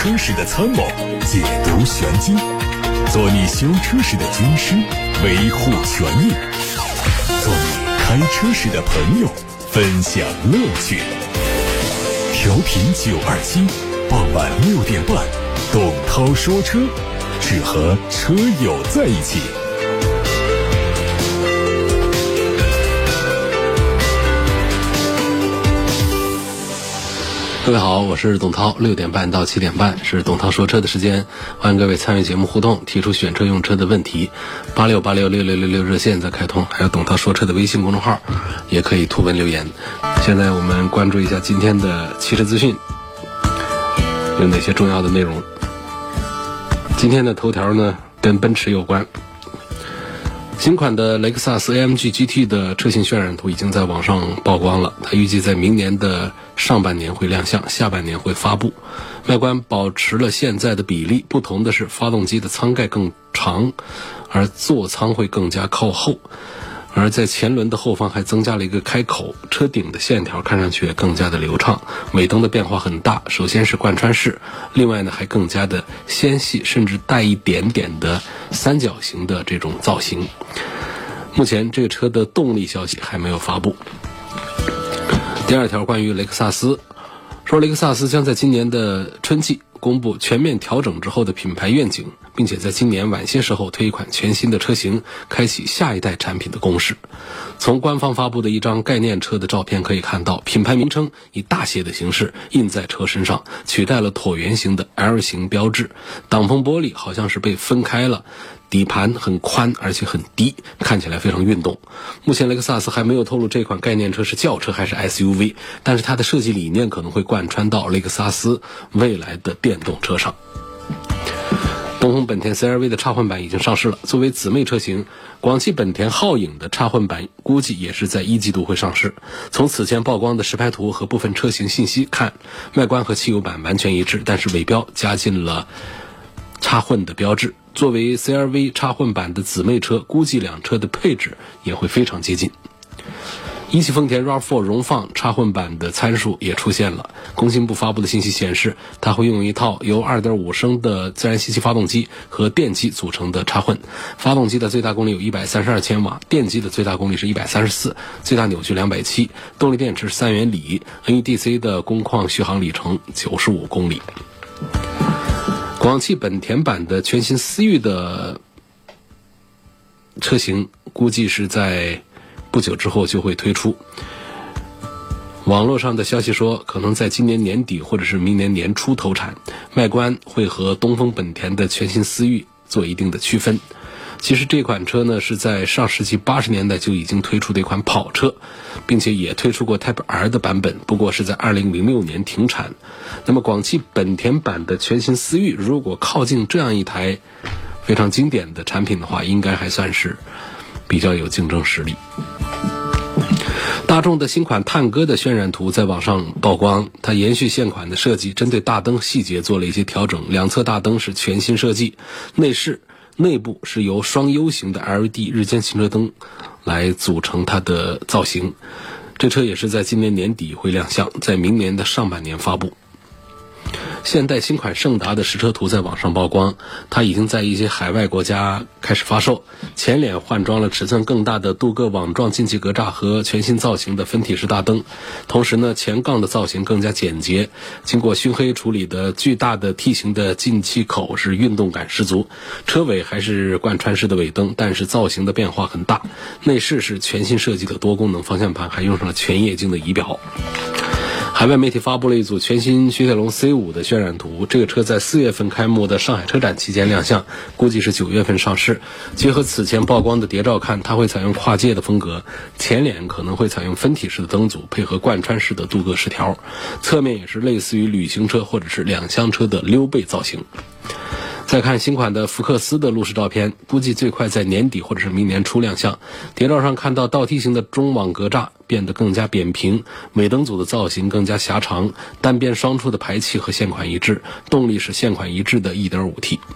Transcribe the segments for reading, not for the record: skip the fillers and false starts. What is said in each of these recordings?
车时的参谋，解读玄机，做你修车时的军师，维护权益，做你开车时的朋友，分享乐趣。调频927，傍晚6点半，董涛说车，只和车友在一起。 各位好，我是董涛，6点半到7点半是董涛说车的时间，欢迎各位参与节目互动，提出选车用车的问题。86866666热线在开通，还有董涛说车的微信公众号，也可以图文留言。现在我们关注一下今天的汽车资讯，有哪些重要的内容。今天的头条呢，跟奔驰有关。新款的雷克萨斯 AMG GT 的车型渲染图已经在网上曝光了，它预计在明年的上半年会亮相，下半年会发布。外观保持了现在的比例，不同的是发动机的舱盖更长，而座舱会更加靠后，而在前轮的后方还增加了一个开口，车顶的线条看上去也更加的流畅。尾灯的变化很大，首先是贯穿式，另外呢还更加的纤细，甚至带一点点的三角形的这种造型。目前这个车的动力消息还没有发布。第二条关于雷克萨斯，说雷克萨斯将在今年的春季公布全面调整之后的品牌愿景，并且在今年晚些时候推一款全新的车型，开启下一代产品的攻势。从官方发布的一张概念车的照片可以看到，品牌名称以大写的形式印在车身上，取代了椭圆形的 L 型标志。挡风玻璃好像是被分开了，底盘很宽而且很低，看起来非常运动。目前雷克萨斯还没有透露这款概念车是轿车还是 SUV， 但是它的设计理念可能会贯穿到雷克萨斯未来的电动车上。东风本田 CR-V 的插混版已经上市了，作为姊妹车型，广汽本田皓影的插混版估计也是在1季度会上市。从此前曝光的实拍图和部分车型信息看，外观和汽油版完全一致，但是尾标加进了插混的标志。作为 CR-V 插混版的姊妹车，估计两车的配置也会非常接近。一汽丰田 RAV4 荣放插混版的参数也出现了，工信部发布的信息显示，它会用一套由 2.5 升的自然吸气发动机和电机组成的插混。发动机的最大功率有132千瓦，电机的最大功率是134，最大扭矩270，动力电池是3元锂， NEDC 的工况续航里程95公里。广汽本田版的全新思域的车型估计是在不久之后就会推出。网络上的消息说，可能在今年年底或者是明年年初投产，外观会和东风本田的全新思域做一定的区分。其实这款车呢是在上世纪80年代就已经推出的一款跑车，并且也推出过 Type R 的版本，不过是在2006年停产。那么广汽本田版的全新思域如果靠近这样一台非常经典的产品的话，应该还算是比较有竞争实力。大众的新款探歌的渲染图在网上曝光，它延续现款的设计，针对大灯细节做了一些调整，两侧大灯是全新设计，内部是由双 U 型的 LED 日间行车灯来组成它的造型。这车也是在今年年底会亮相，在明年的上半年发布。现代新款胜达的实车图在网上曝光，它已经在一些海外国家开始发售。前脸换装了尺寸更大的镀铬网状进气格栅和全新造型的分体式大灯，同时呢，前杠的造型更加简洁，经过熏黑处理的巨大的 T 型的进气口是运动感十足。车尾还是贯穿式的尾灯，但是造型的变化很大。内饰是全新设计的多功能方向盘，还用上了全液晶的仪表。海外媒体发布了一组全新雪铁龙 C5 的渲染图，这个车在4月份开幕的上海车展期间亮相，估计是9月份上市。结合此前曝光的谍照看，它会采用跨界的风格，前脸可能会采用分体式的灯组，配合贯穿式的镀铬饰条，侧面也是类似于旅行车或者是两厢车的溜背造型。再看新款的福克斯的路试照片，估计最快在年底或者是明年初亮相。谍照上看到倒梯形的中网格栅变得更加扁平，尾灯组的造型更加狭长，单边双出的排气和现款一致，动力是现款一致的 1.5T。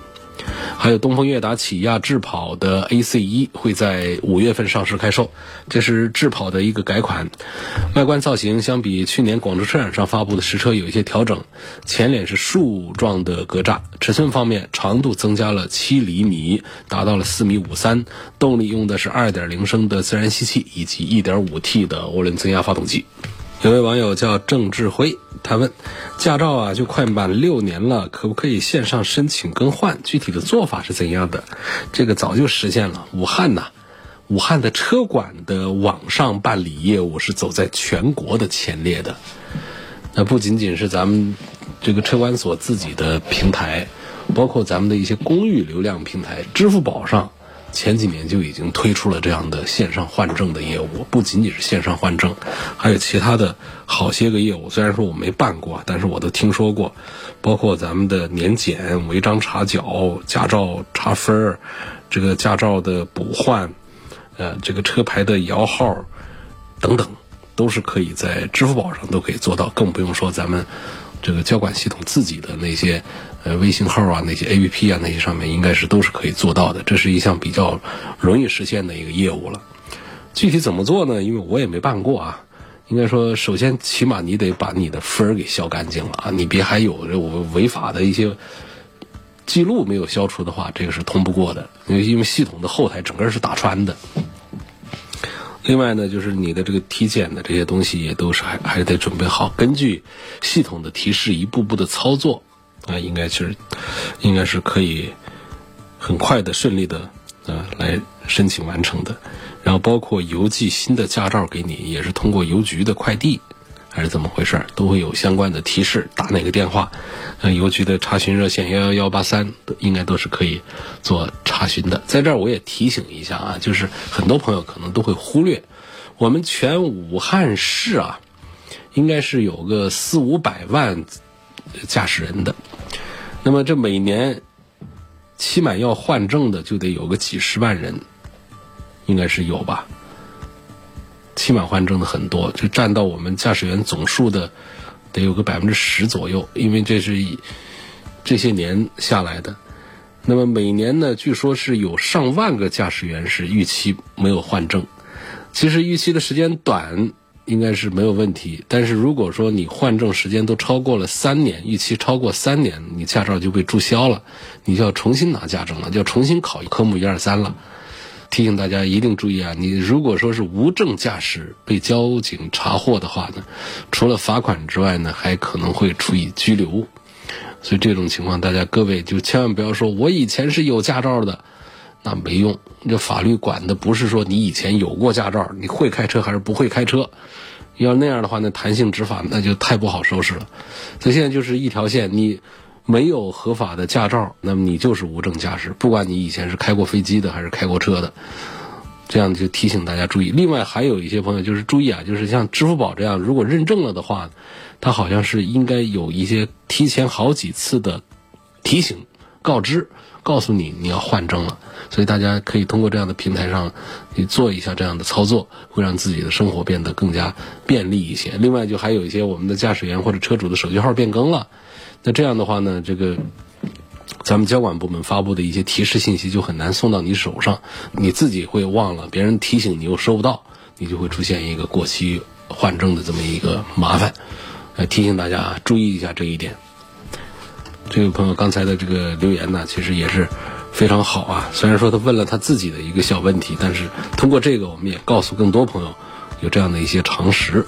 还有东风悦达起亚智跑的 AC1 会在5月份上市开售，这是智跑的一个改款。外观造型相比去年广州车展上发布的实车有一些调整，前脸是树状的格栅，尺寸方面长度增加了7厘米，达到了4.53米，动力用的是 2.0 升的自然吸气以及 1.5T 的涡轮增压发动机。有位网友叫郑志辉，他问驾照就快满6年了，可不可以线上申请更换？具体的做法是怎样的？这个早就实现了。武汉的车管的网上办理业务是走在全国的前列的。那不仅仅是咱们这个车管所自己的平台，包括咱们的一些公域流量平台，支付宝上前几年就已经推出了这样的线上换证的业务。不仅仅是线上换证，还有其他的好些个业务，虽然说我没办过，但是我都听说过，包括咱们的年检、违章查缴、驾照查分、这个驾照的补换，这个车牌的摇号等等，都是可以在支付宝上都可以做到，更不用说咱们这个交管系统自己的那些微信号那些 APP 那些上面应该是都是可以做到的。这是一项比较容易实现的一个业务了。具体怎么做呢？因为我也没办过应该说首先起码你得把你的分给消干净了你别还有违法的一些记录没有消除的话，这个是通不过的，因为系统的后台整个是打穿的。另外呢，就是你的这个体检的这些东西也都是还得准备好，根据系统的提示一步步的操作应该是可以很快的顺利的来申请完成的。然后包括邮寄新的驾照给你，也是通过邮局的快递还是怎么回事，都会有相关的提示，打哪个电话邮局的查询热线11183应该都是可以做查询的。在这儿我也提醒一下就是很多朋友可能都会忽略，我们全武汉市应该是有个400-500万驾驶人的，那么这每年起码要换证的就得有个几十万人，应该是有吧，期满换证的很多，就占到我们驾驶员总数的得有个10%左右，因为这是这些年下来的。那么每年呢，据说是有上万个驾驶员是逾期没有换证。其实逾期的时间短应该是没有问题，但是如果说你换证时间都超过了3年，逾期超过3年，你驾照就被注销了，你就要重新拿驾证了，就要重新考科目1、2、3了。提醒大家一定注意你如果说是无证驾驶被交警查获的话呢，除了罚款之外呢，还可能会处以拘留。所以这种情况大家各位就千万不要说我以前是有驾照的，那没用。这法律管的不是说你以前有过驾照，你会开车还是不会开车，要那样的话呢，弹性执法那就太不好收拾了。所以现在就是一条线，你没有合法的驾照，那么你就是无证驾驶，不管你以前是开过飞机的还是开过车的，这样就提醒大家注意。另外还有一些朋友就是注意就是像支付宝这样，如果认证了的话，它好像是应该有一些提前好几次的提醒告知，告诉你要换证了。所以大家可以通过这样的平台上你做一下这样的操作，会让自己的生活变得更加便利一些。另外就还有一些我们的驾驶员或者车主的手机号变更了，那这样的话呢，这个咱们交管部门发布的一些提示信息就很难送到你手上，你自己会忘了，别人提醒你又收不到，你就会出现一个过期换证的这么一个麻烦。提醒大家注意一下这一点。这位朋友刚才的这个留言呢，其实也是非常好虽然说他问了他自己的一个小问题，但是通过这个我们也告诉更多朋友有这样的一些常识。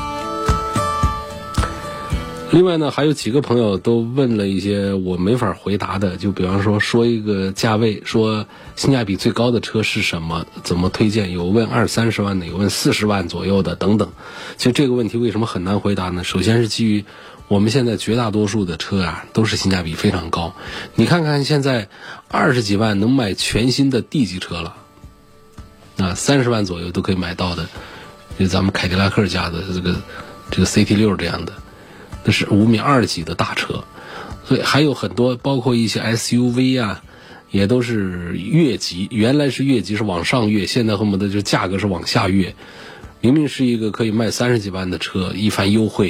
另外呢，还有几个朋友都问了一些我没法回答的，就比方说一个价位，说性价比最高的车是什么，怎么推荐，有问20-30万的，有问40万左右的等等。其实这个问题为什么很难回答呢？首先是基于我们现在绝大多数的车都是性价比非常高。你看看现在20几万能买全新的 D 级车了，30万左右都可以买到的，就咱们凯迪拉克家的这个 CT6 这样的，那是5.2米级的大车。所以还有很多包括一些 SUV 也都是越级，原来是越级是往上越，现在恨不得就价格是往下越。明明是一个可以卖30几万的车，一番优惠，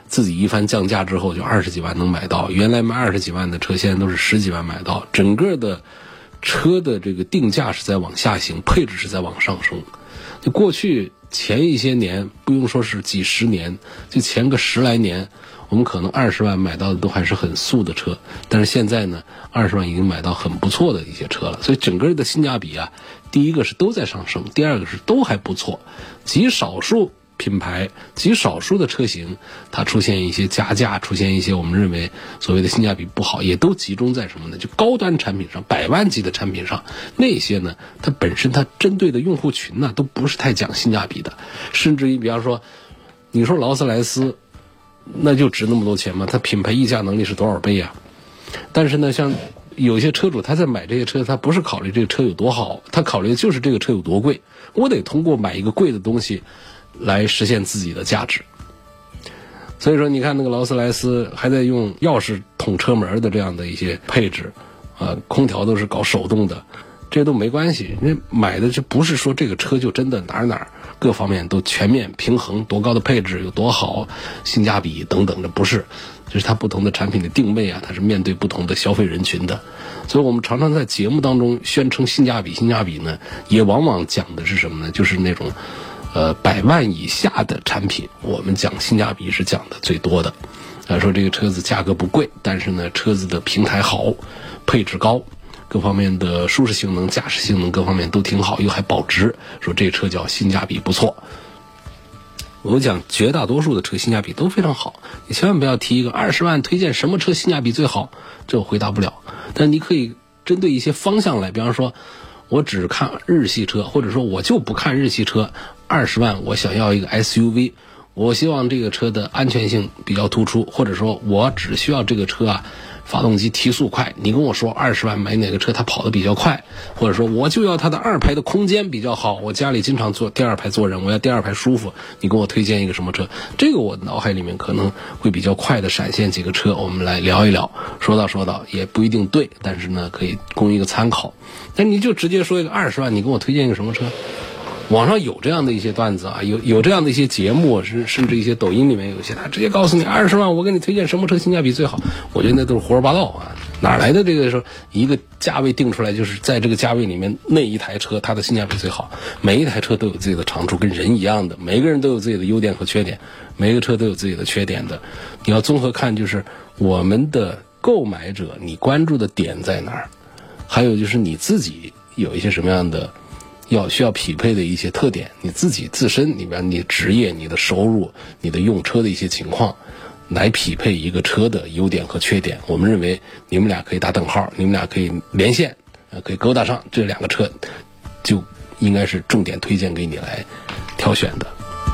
自己一番降价之后就20几万能买到，原来卖20几万的车现在都是10几万买到，整个的车的这个定价是在往下行，配置是在往上升。就过去前一些年，不用说是几十年，就前个10来年，我们可能20万买到的都还是很素的车，但是现在呢，20万已经买到很不错的一些车了。所以整个的性价比啊，第一个是都在上升，第二个是都还不错。极少数品牌、极少数的车型，它出现一些加价，出现一些我们认为所谓的性价比不好，也都集中在什么呢？就高端产品上，100万级的产品上，那些呢，它本身它针对的用户群呢，都不是太讲性价比的。甚至于比方说，你说劳斯莱斯，那就值那么多钱吗？它品牌溢价能力是多少倍啊？但是呢，像有些车主他在买这些车，他不是考虑这个车有多好，他考虑的就是这个车有多贵。我得通过买一个贵的东西来实现自己的价值。所以说你看那个劳斯莱斯还在用钥匙捅车门的这样的一些配置，空调都是搞手动的，这些都没关系。人买的就不是说这个车就真的哪各方面都全面平衡，多高的配置有多好，性价比等等的，不是，就是它不同的产品的定位啊，它是面对不同的消费人群的。所以我们常常在节目当中宣称性价比呢，也往往讲的是什么呢？就是那种100万以下的产品，我们讲性价比是讲的最多的。说这个车子价格不贵，但是呢车子的平台好，配置高，各方面的舒适性能、驾驶性能各方面都挺好，又还保值，说这车叫性价比不错。我讲绝大多数的车性价比都非常好，你千万不要提一个20万推荐什么车性价比最好，这我回答不了。但你可以针对一些方向来，比方说我只看日系车，或者说我就不看日系车，20万我想要一个 SUV， 我希望这个车的安全性比较突出，或者说我只需要这个车发动机提速快，你跟我说20万买哪个车它跑得比较快，或者说我就要它的2排的空间比较好，我家里经常坐第2排坐人，我要第2排舒服，你给我推荐一个什么车，这个我脑海里面可能会比较快的闪现几个车，我们来聊一聊。说到也不一定对，但是呢可以供一个参考。但你就直接说一个20万，你给我推荐一个什么车，网上有这样的一些段子啊，有这样的一些节目，甚至一些抖音里面有些他直接告诉你20万我给你推荐什么车性价比最好，我觉得那都是胡说八道啊！哪来的这个说一个价位定出来就是在这个价位里面那一台车它的性价比最好？每一台车都有自己的长处，跟人一样的，每个人都有自己的优点和缺点，每个车都有自己的缺点的。你要综合看，就是我们的购买者你关注的点在哪儿，还有就是你自己有一些什么样的需要匹配的一些特点，你自己自身里边，你职业、你的收入、你的用车的一些情况，来匹配一个车的优点和缺点。我们认为你们俩可以打等号，你们俩可以连线，可以勾搭上，这2个车就应该是重点推荐给你来挑选的。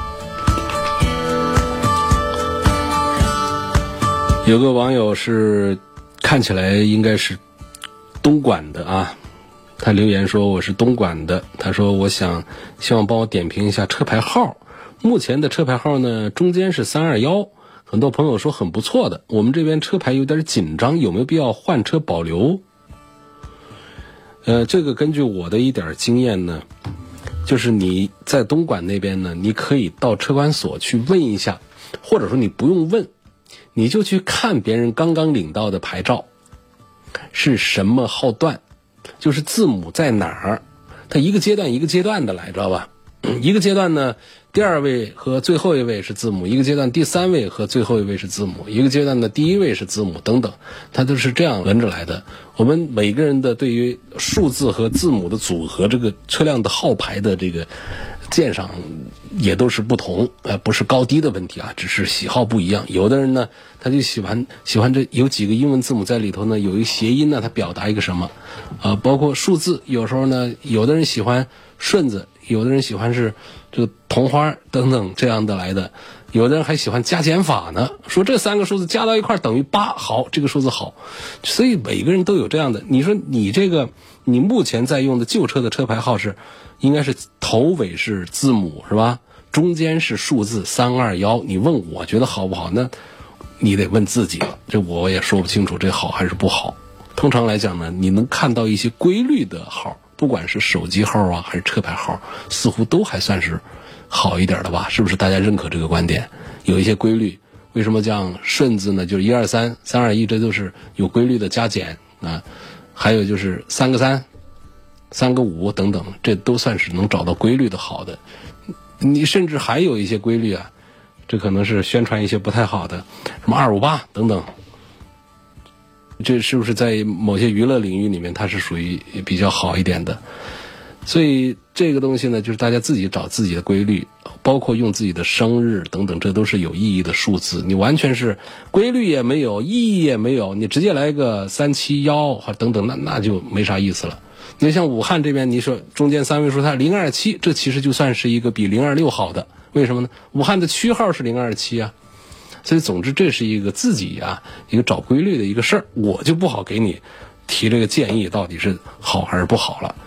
有个网友是看起来应该是东莞的啊，他留言说我是东莞的，他说我希望帮我点评一下车牌号，目前的车牌号呢中间是321，很多朋友说很不错的，我们这边车牌有点紧张，有没有必要换车保留？这个根据我的一点经验呢，就是你在东莞那边呢，你可以到车管所去问一下，或者说你不用问，你就去看别人刚刚领到的牌照是什么号段，就是字母在哪儿，它一个阶段一个阶段的来，知道吧？一个阶段呢，第2位和最后一位是字母，一个阶段第3位和最后一位是字母，一个阶段的第1位是字母等等，它都是这样轮着来的。我们每个人的对于数字和字母的组合，这个车辆的号牌的这个鉴赏也都是不同，不是高低的问题啊，只是喜好不一样。有的人呢，他就喜欢这有几个英文字母在里头呢，有一个谐音呢，它表达一个什么，包括数字，有时候呢，有的人喜欢顺子，有的人喜欢是这个同花等等这样的来的，有的人还喜欢加减法呢，说这3个数字加到一块等于8，好，这个数字好。所以每个人都有这样的。你说你目前在用的旧车的车牌号应该是头尾是字母是吧？中间是数字321，你问我觉得好不好？那你得问自己了，这我也说不清楚这好还是不好。通常来讲呢，你能看到一些规律的号，不管是手机号啊还是车牌号，似乎都还算是好一点的吧？是不是大家认可这个观点？有一些规律， 为什么讲顺子呢？就是1、2、3、3、2、1，这都是有规律的加减啊。还有就是3个3、3个5等等，这都算是能找到规律的好的。你甚至还有一些规律啊，这可能是宣传一些不太好的，什么258等等。这是不是在某些娱乐领域里面它是属于比较好一点的？所以这个东西呢，就是大家自己找自己的规律，包括用自己的生日等等，这都是有意义的数字。你完全是规律也没有，意义也没有，你直接来个371或等等，那就没啥意思了。你像武汉这边，你说中间3位数它027，这其实就算是一个比026好的。为什么呢？武汉的区号是027啊。所以总之这是一个自己一个找规律的一个事儿，我就不好给你提这个建议到底是好还是不好了。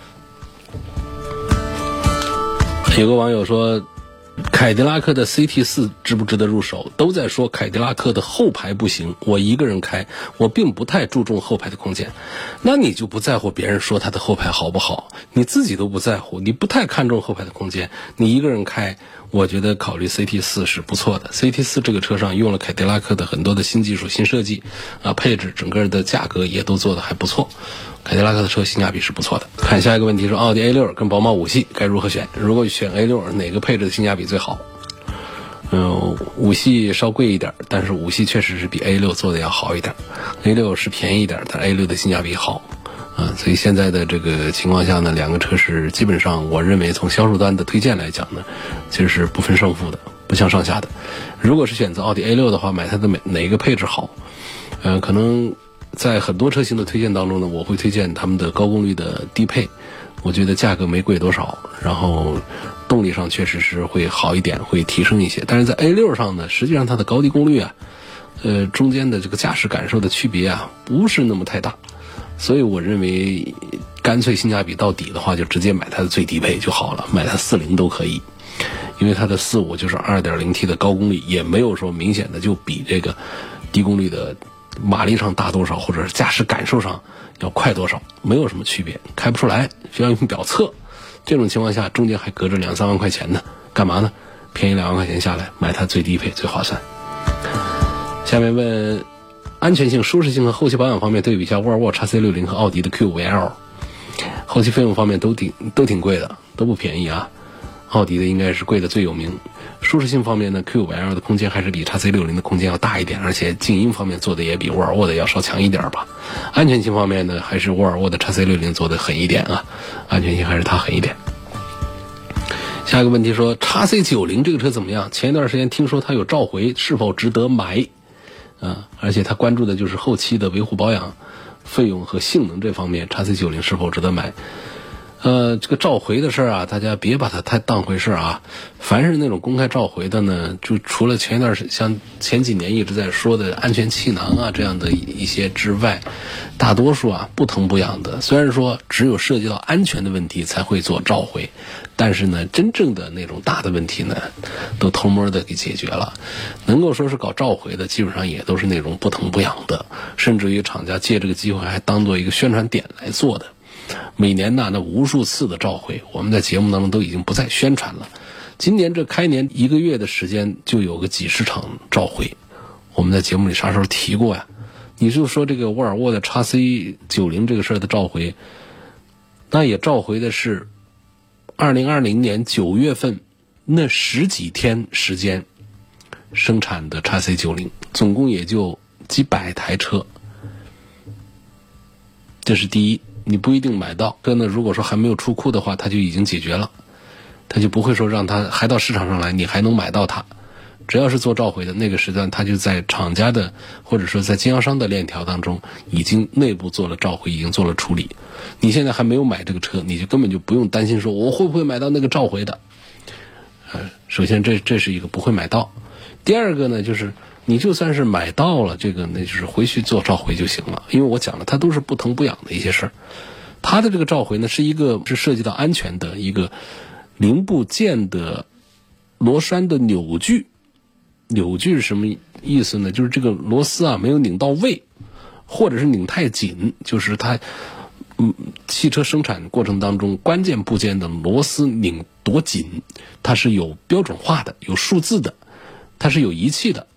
有个网友说，凯迪拉克的 CT4 值不值得入手？都在说凯迪拉克的后排不行，我一个人开，我并不太注重后排的空间。那你就不在乎别人说它的后排好不好，你自己都不在乎，你不太看重后排的空间，你一个人开，我觉得考虑 CT4 是不错的。CT4 这个车上用了凯迪拉克的很多的新技术、新设计配置，整个的价格也都做得还不错。凯迪拉克的车性价比是不错的。看下一个问题是，奥迪 A6 跟宝马5系该如何选？如果选 A6， 哪个配置的性价比最好？5系稍贵一点，但是5系确实是比 A6 做的要好一点。A6 是便宜一点，但 A6 的性价比好所以现在的这个情况下呢，两个车是基本上我认为从销售端的推荐来讲呢，其实是不分胜负的，不相上下的。如果是选择奥迪 A6 的话，买它的哪一个配置好？可能在很多车型的推荐当中呢，我会推荐他们的高功率的低配，我觉得价格没贵多少，然后动力上确实是会好一点，会提升一些。但是在 A6 上呢，实际上它的高低功率中间的这个驾驶感受的区别不是那么太大，所以我认为干脆性价比到底的话，就直接买它的最低配就好了，买它40都可以，因为它的45就是 2.0T 的高功率，也没有说明显的就比这个低功率的马力上大多少，或者是驾驶感受上要快多少，没有什么区别，开不出来，需要用表测。这种情况下中间还隔着2、3万块钱呢，干嘛呢？便宜2万块钱下来买它最低配最划算。下面问安全性、舒适性和后期保养方面对比一下沃尔沃 XC60 和奥迪的 Q5L。 后期费用方面都挺贵的，都不便宜奥迪的应该是贵的最有名。舒适性方面呢， Q5L 的空间还是比 XC60 的空间要大一点，而且静音方面做的也比沃尔沃的要稍强一点吧。安全性方面呢，还是沃尔沃的 XC60 做的狠一点安全性还是它狠一点。下一个问题说 XC90 这个车怎么样？前一段时间听说它有召回，是否值得买而且他关注的就是后期的维护保养费用和性能这方面， XC90 是否值得买？这个召回的事儿大家别把它太当回事凡是那种公开召回的呢，就除了前一段像前几年一直在说的安全气囊这样的一些之外，大多数不疼不痒的。虽然说只有涉及到安全的问题才会做召回，但是呢，真正的那种大的问题呢，都偷摸的给解决了。能够说是搞召回的，基本上也都是那种不疼不痒的，甚至于厂家借这个机会还当做一个宣传点来做的。每年那无数次的召回，我们在节目当中都已经不再宣传了。今年这开年1个月的时间就有个几十场召回，我们在节目里啥时候提过你就说这个沃尔沃的 XC90 这个事儿的召回，那也召回的是2020年9月份那10几天时间生产的 XC90， 总共也就几百台车。这是第一，你不一定买到，这呢如果说还没有出库的话，它就已经解决了，它就不会说让它还到市场上来你还能买到它。只要是做召回的那个时段，它就在厂家的或者说在经销商的链条当中已经内部做了召回，已经做了处理。你现在还没有买这个车，你就根本就不用担心说我会不会买到那个召回的。首先这是一个不会买到。第二个呢，就是你就算是买到了这个，那就是回去做召回就行了。因为我讲了，它都是不疼不痒的一些事儿。它的这个召回呢，是涉及到安全的一个零部件的螺栓的扭矩。扭矩是什么意思呢？就是这个螺丝没有拧到位，或者是拧太紧，就是它汽车生产过程当中关键部件的螺丝拧多紧，它是有标准化的，有数字的，它是有仪器的。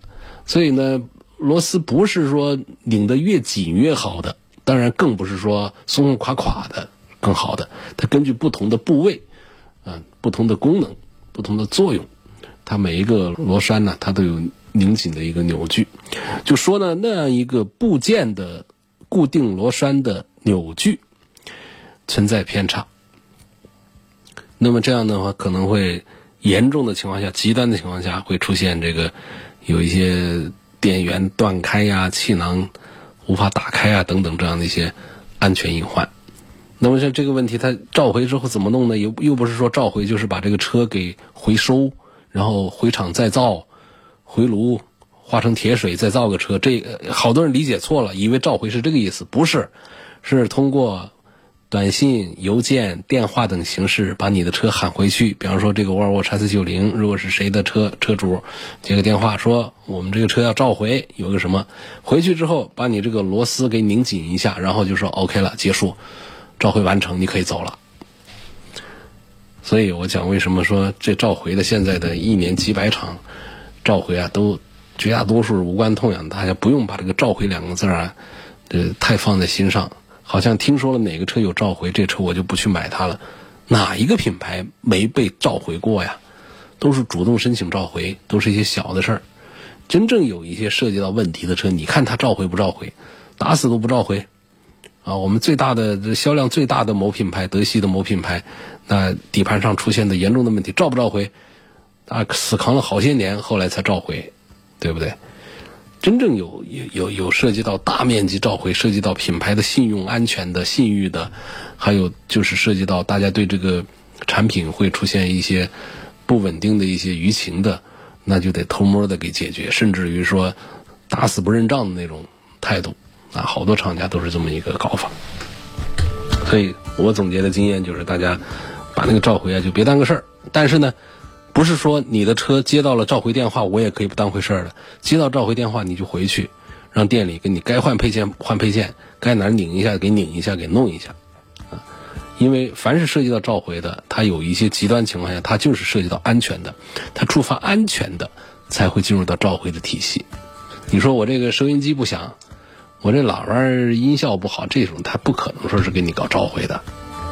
所以呢，螺丝不是说拧得越紧越好的，当然更不是说松松垮垮的更好的，它根据不同的部位不同的功能、不同的作用，它每一个螺栓呢，它都有拧紧的一个扭矩。就说呢，那样一个部件的固定螺栓的扭矩存在偏差，那么这样的话可能会严重的情况下、极端的情况下会出现这个有一些电源断开呀、气囊无法打开啊等等这样的一些安全隐患。那么像这个问题它召回之后怎么弄呢？又不是说召回就是把这个车给回收，然后回厂再造，回炉化成铁水再造个车，这好多人理解错了，以为召回是这个意思，不是，是通过短信、邮件、电话等形式把你的车喊回去。比方说这个沃尔沃 X490， 如果是谁的车主接个电话说我们这个车要召回，有个什么，回去之后把你这个螺丝给拧紧一下，然后就说 OK 了，结束，召回完成，你可以走了。所以我讲为什么说这召回的现在的一年几百场召回啊，都绝大多数无关痛痒，大家不用把这个召回两个字太放在心上。好像听说了哪个车有召回，这车我就不去买它了。哪一个品牌没被召回过呀？都是主动申请召回，都是一些小的事儿。真正有一些涉及到问题的车，你看它召回不召回，打死都不召回啊！我们销量最大的某品牌，德系的某品牌，那底盘上出现的严重的问题，召不召回啊？死扛了好些年，后来才召回，对不对？真正有涉及到大面积召回，涉及到品牌的信用安全的、信誉的，还有就是涉及到大家对这个产品会出现一些不稳定的一些舆情的，那就得偷摸的给解决，甚至于说打死不认账的那种态度啊，好多厂家都是这么一个搞法。所以我总结的经验就是大家把那个召回就别当个事儿。但是呢，不是说你的车接到了召回电话我也可以不当回事了，接到召回电话你就回去让店里给你该换配件换配件，该哪儿拧一下给拧一下，给弄一下啊。因为凡是涉及到召回的，它有一些极端情况下它就是涉及到安全的，它触发安全的才会进入到召回的体系。你说我这个收音机不响，我这喇叭音效不好，这种它不可能说是给你搞召回的。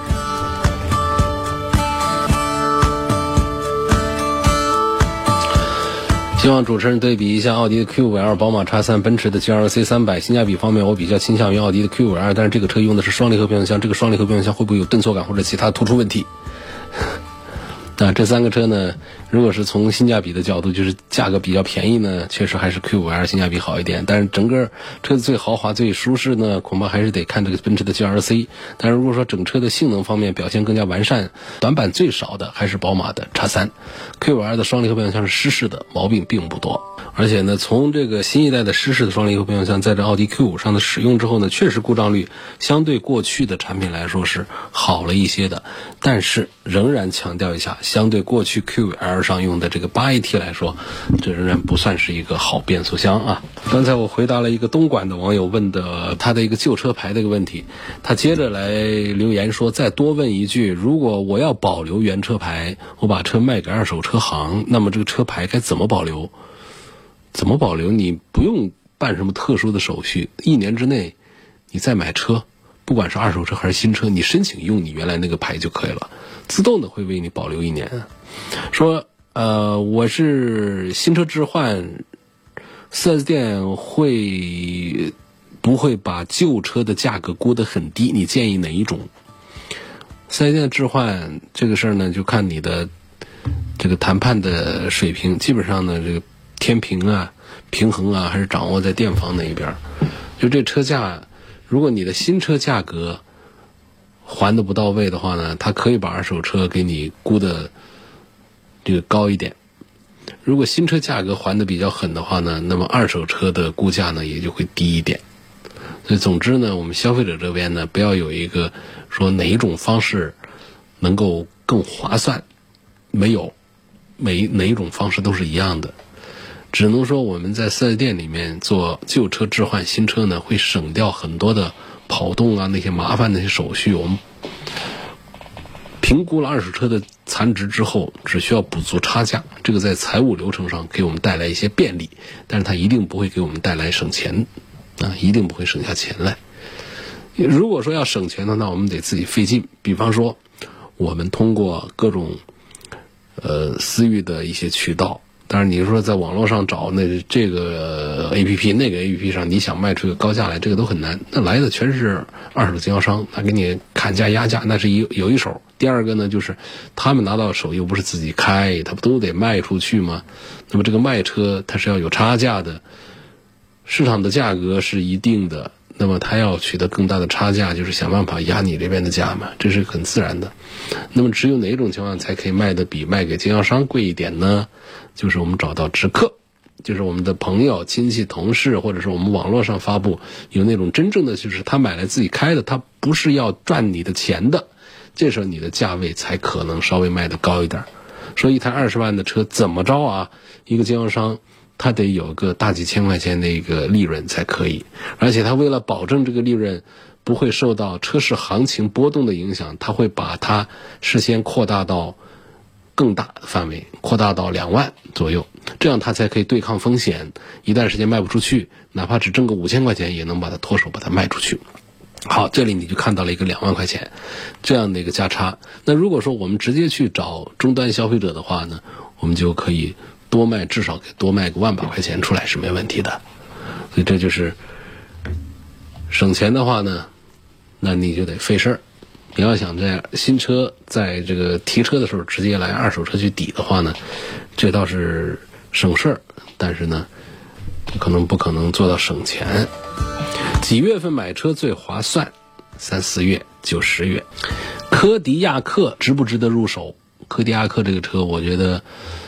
希望主持人对比一下奥迪的 Q5L、宝马 X3、奔驰的 GLC 300。性价比方面，我比较倾向于奥迪的 Q5L， 但是这个车用的是双离合变速箱，这个双离合变速箱会不会有顿挫感或者其他突出问题？这三个车呢，如果是从性价比的角度，就是价格比较便宜呢，确实还是 Q5L 性价比好一点。但是整个车子最豪华、最舒适呢，恐怕还是得看这个奔驰的 GLC。但是如果说整车的性能方面表现更加完善，短板最少的还是宝马的 X3。Q5L 的双离合变速箱是湿式的，毛病并不多。而且呢，从这个新一代的湿式的双离合变速箱在这奥迪 Q5 上的使用之后呢，确实故障率相对过去的产品来说是好了一些的。但是仍然强调一下，相对过去 Q5L 上用的这个 8AT 来说，这仍然不算是一个好变速箱啊。刚才我回答了一个东莞的网友问的他的一个旧车牌的一个问题，他接着来留言说，再多问一句，如果我要保留原车牌，我把车卖给二手车行，那么这个车牌该怎么保留？怎么保留？你不用办什么特殊的手续，1年之内你再买车，不管是二手车还是新车，你申请用你原来那个牌就可以了，自动的会为你保留1年。说我是新车置换，4S店会不会把旧车的价格估得很低？你建议哪一种？4S店置换这个事儿呢，就看你的这个谈判的水平，基本上呢，这个天平啊、平衡啊，还是掌握在店方那一边。就这车价，如果你的新车价格还得不到位的话呢，他可以把二手车给你估的这个高一点。如果新车价格还得比较狠的话呢，那么二手车的估价呢也就会低一点。所以总之呢，我们消费者这边呢，不要有一个说哪一种方式能够更划算，没有，哪一种方式都是一样的。只能说我们在4S店里面做旧车置换新车呢，会省掉很多的跑动啊，那些麻烦的那些手续，我们评估了二手车的残值之后，只需要补足差价，这个在财务流程上给我们带来一些便利，但是它一定不会给我们带来省钱一定不会省下钱来。如果说要省钱的，那我们得自己费劲。比方说我们通过各种私域的一些渠道，当然你说在网络上找这个 APP 那个 APP 上，你想卖出个高价来，这个都很难。那来的全是二手经销商，他给你砍价压价，那是有一手。第二个呢，就是他们拿到手又不是自己开，他不都得卖出去吗？那么这个卖车它是要有差价的，市场的价格是一定的，那么他要取得更大的差价，就是想办法压你这边的价嘛，这是很自然的。那么只有哪种情况才可以卖的比卖给经销商贵一点呢？就是我们找到直客，就是我们的朋友、亲戚、同事，或者是我们网络上发布有那种真正的就是他买来自己开的，他不是要赚你的钱的，这时候你的价位才可能稍微卖得高一点。说一台20万的车怎么着啊，一个经销商他得有个大几千块钱的一个利润才可以，而且他为了保证这个利润不会受到车市行情波动的影响，他会把它事先扩大到更大的范围，扩大到2万左右，这样他才可以对抗风险，一段时间卖不出去，哪怕只挣个5000块钱也能把它脱手把它卖出去。好，这里你就看到了一个2万块钱这样的一个价差。那如果说我们直接去找终端消费者的话呢，我们就可以多卖，至少给多卖个10000块钱出来是没问题的。所以这就是省钱的话呢，那你就得费事儿。你要想在新车在这个提车的时候直接来二手车去抵的话呢，这倒是省事儿，但是呢不可能做到省钱。几月份买车最划算？3、4月、9、10月。柯迪亚克值不值得入手？柯迪亚克这个车我觉得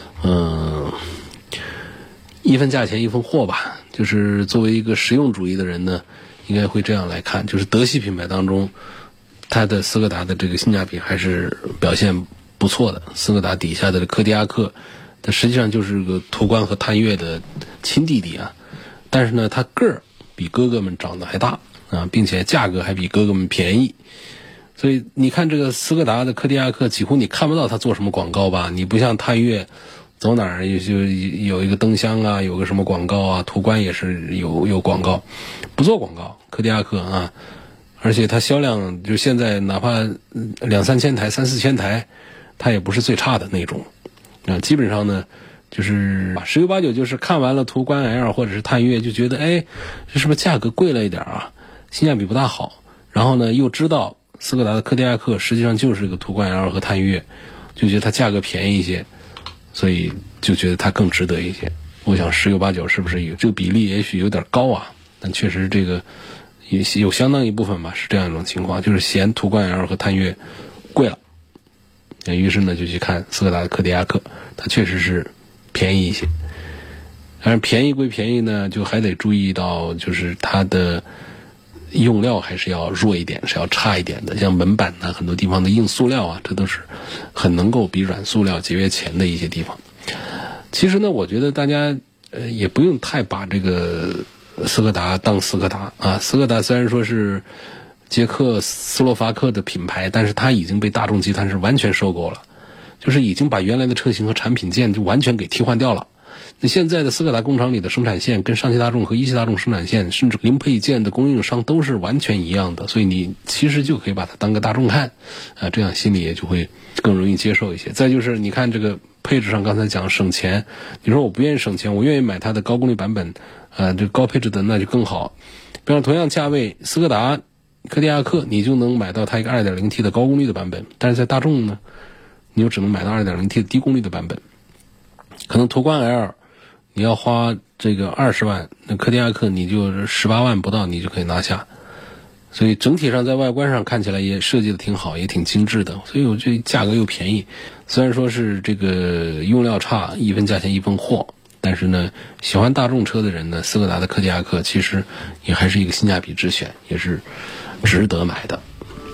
一分价钱一分货吧，就是作为一个实用主义的人呢，应该会这样来看，就是德系品牌当中它的斯柯达的这个性价比还是表现不错的。斯柯达底下的柯迪亚克它实际上就是个途观和探岳的亲弟弟啊，但是呢它个儿比哥哥们长得还大啊，并且价格还比哥哥们便宜。所以你看这个斯柯达的柯迪亚克几乎你看不到它做什么广告吧，你不像探岳走哪儿就有一个灯箱啊，有个什么广告啊，途观也是有广告，不做广告。柯迪亚克啊，而且它销量就现在哪怕2-3千台、3-4千台，它也不是最差的那种啊。基本上呢就是十有八九就是看完了途观 L 或者是探岳就觉得这是不是价格贵了一点啊，性价比不大好，然后呢又知道斯柯达的柯迪亚克实际上就是个途观 L 和探岳，就觉得它价格便宜一些，所以就觉得它更值得一些。我想十有八九是不是有这个比例也许有点高啊，但确实这个也有相当一部分吧是这样一种情况，就是嫌途观 L 和探岳贵了，于是呢就去看斯柯达的柯迪亚克，它确实是便宜一些。但是便宜归便宜呢，就还得注意到就是它的用料还是要弱一点，是要差一点的。像门板呢，很多地方的硬塑料啊，这都是很能够比软塑料节约钱的一些地方。其实呢，我觉得大家也不用太把这个斯柯达当斯柯达啊。斯柯达虽然说是捷克斯洛伐克的品牌，但是它已经被大众集团是完全收购了，就是已经把原来的车型和产品线就完全给替换掉了。那现在的斯柯达工厂里的生产线跟上汽大众和一汽大众生产线甚至零配件的供应商都是完全一样的，所以你其实就可以把它当个大众看啊，这样心里也就会更容易接受一些。再就是你看这个配置上，刚才讲省钱，你说我不愿意省钱，我愿意买它的高功率版本这高配置的那就更好。比方同样价位，斯柯达柯迪亚克你就能买到它一个 2.0T 的高功率的版本，但是在大众呢你又只能买到 2.0T 的低功率的版本。可能途观 L 你要花这个20万，那柯迪亚克你就18万不到你就可以拿下。所以整体上在外观上看起来也设计的挺好，也挺精致的，所以我觉得价格又便宜。虽然说是这个用料差，一分价钱一分货，但是呢喜欢大众车的人呢，斯柯达的柯迪亚克其实也还是一个性价比之选，也是值得买的。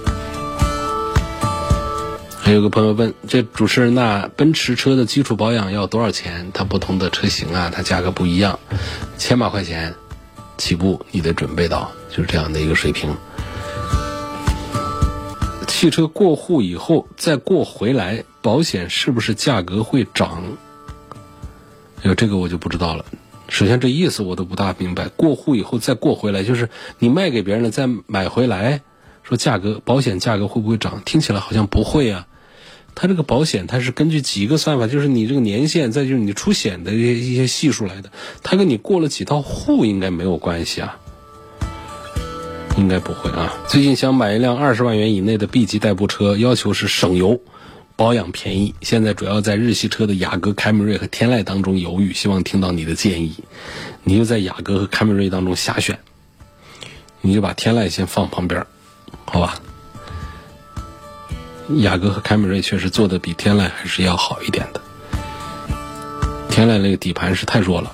还有个朋友问，这主持人那奔驰车的基础保养要多少钱？它不同的车型啊，它价格不一样，1000把块钱起步你得准备到，就是这样的一个水平。 汽车过户以后再过回来，保险是不是价格会涨？这个我就不知道了。首先这意思我都不大明白，过户以后再过回来，就是你卖给别人了再买回来，说保险价格会不会涨？听起来好像不会啊。它这个保险它是根据几个算法，就是你这个年限，再就是你出险的一些系数来的，它跟你过了几套户应该没有关系啊，应该不会啊。最近想买一辆20万元以内的 B 级代步车，要求是省油保养便宜，现在主要在日系车的雅阁、凯美瑞和天籁当中犹豫，希望听到你的建议。你就在雅阁和凯美瑞当中瞎选，你就把天籁先放旁边，好吧？雅阁和凯美瑞确实做的比天籁还是要好一点的，天籁那个底盘是太弱了。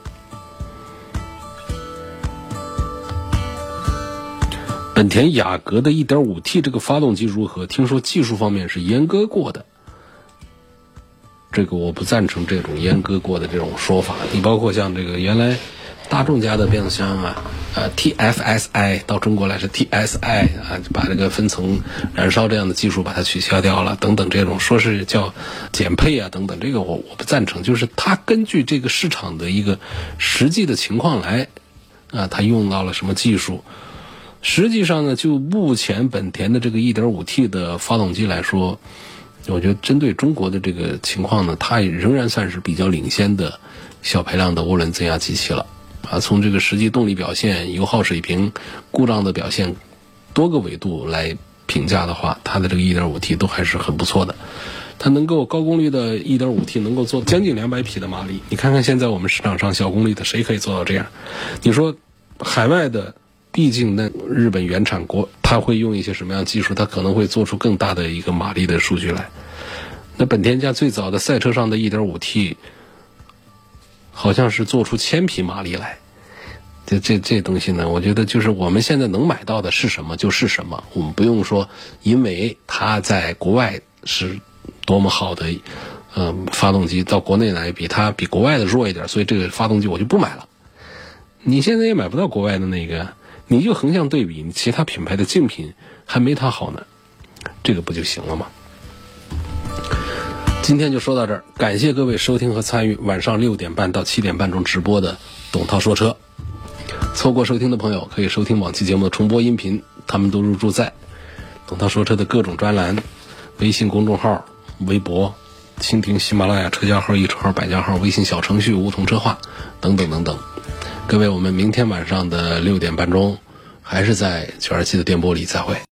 本田雅阁的 1.5T 这个发动机如何？听说技术方面是阉割过的，这个我不赞成这种阉割过的这种说法。你包括像这个原来大众家的变速箱啊，TFSI 到中国来是 TSI 啊，把这个分层燃烧这样的技术把它取消掉了，等等这种说是叫减配啊等等，这个我不赞成。就是它根据这个市场的一个实际的情况来啊，它用到了什么技术。实际上呢，就目前本田的这个 1.5T 的发动机来说，我觉得针对中国的这个情况呢，它也仍然算是比较领先的小排量的涡轮增压机器了啊。从这个实际动力表现、油耗水平、故障的表现多个维度来评价的话，它的这个 1.5T 都还是很不错的。它能够高功率的 1.5T 能够做将近200匹的马力，你看看现在我们市场上小功率的谁可以做到这样？你说海外的，毕竟那日本原产国，它会用一些什么样技术？它可能会做出更大的一个马力的数据来。那本田家最早的赛车上的 1.5T 好像是做出1000匹马力来。这东西呢，我觉得就是我们现在能买到的是什么就是什么，我们不用说因为它在国外是多么好的发动机，到国内来比国外的弱一点，所以这个发动机我就不买了。你现在也买不到国外的那个，你就横向对比，你其他品牌的竞品还没它好呢，这个不就行了吗？今天就说到这儿，感谢各位收听和参与晚上6点半到7点半中直播的董涛说车。错过收听的朋友可以收听往期节目的重播音频，他们都入驻在董涛说车的各种专栏、微信公众号、微博、蜻蜓、喜马拉雅车家号、易车号、百家号、微信小程序、梧桐车话等等等等。各位，我们明天晚上的6点半钟还是在927的电波里再会。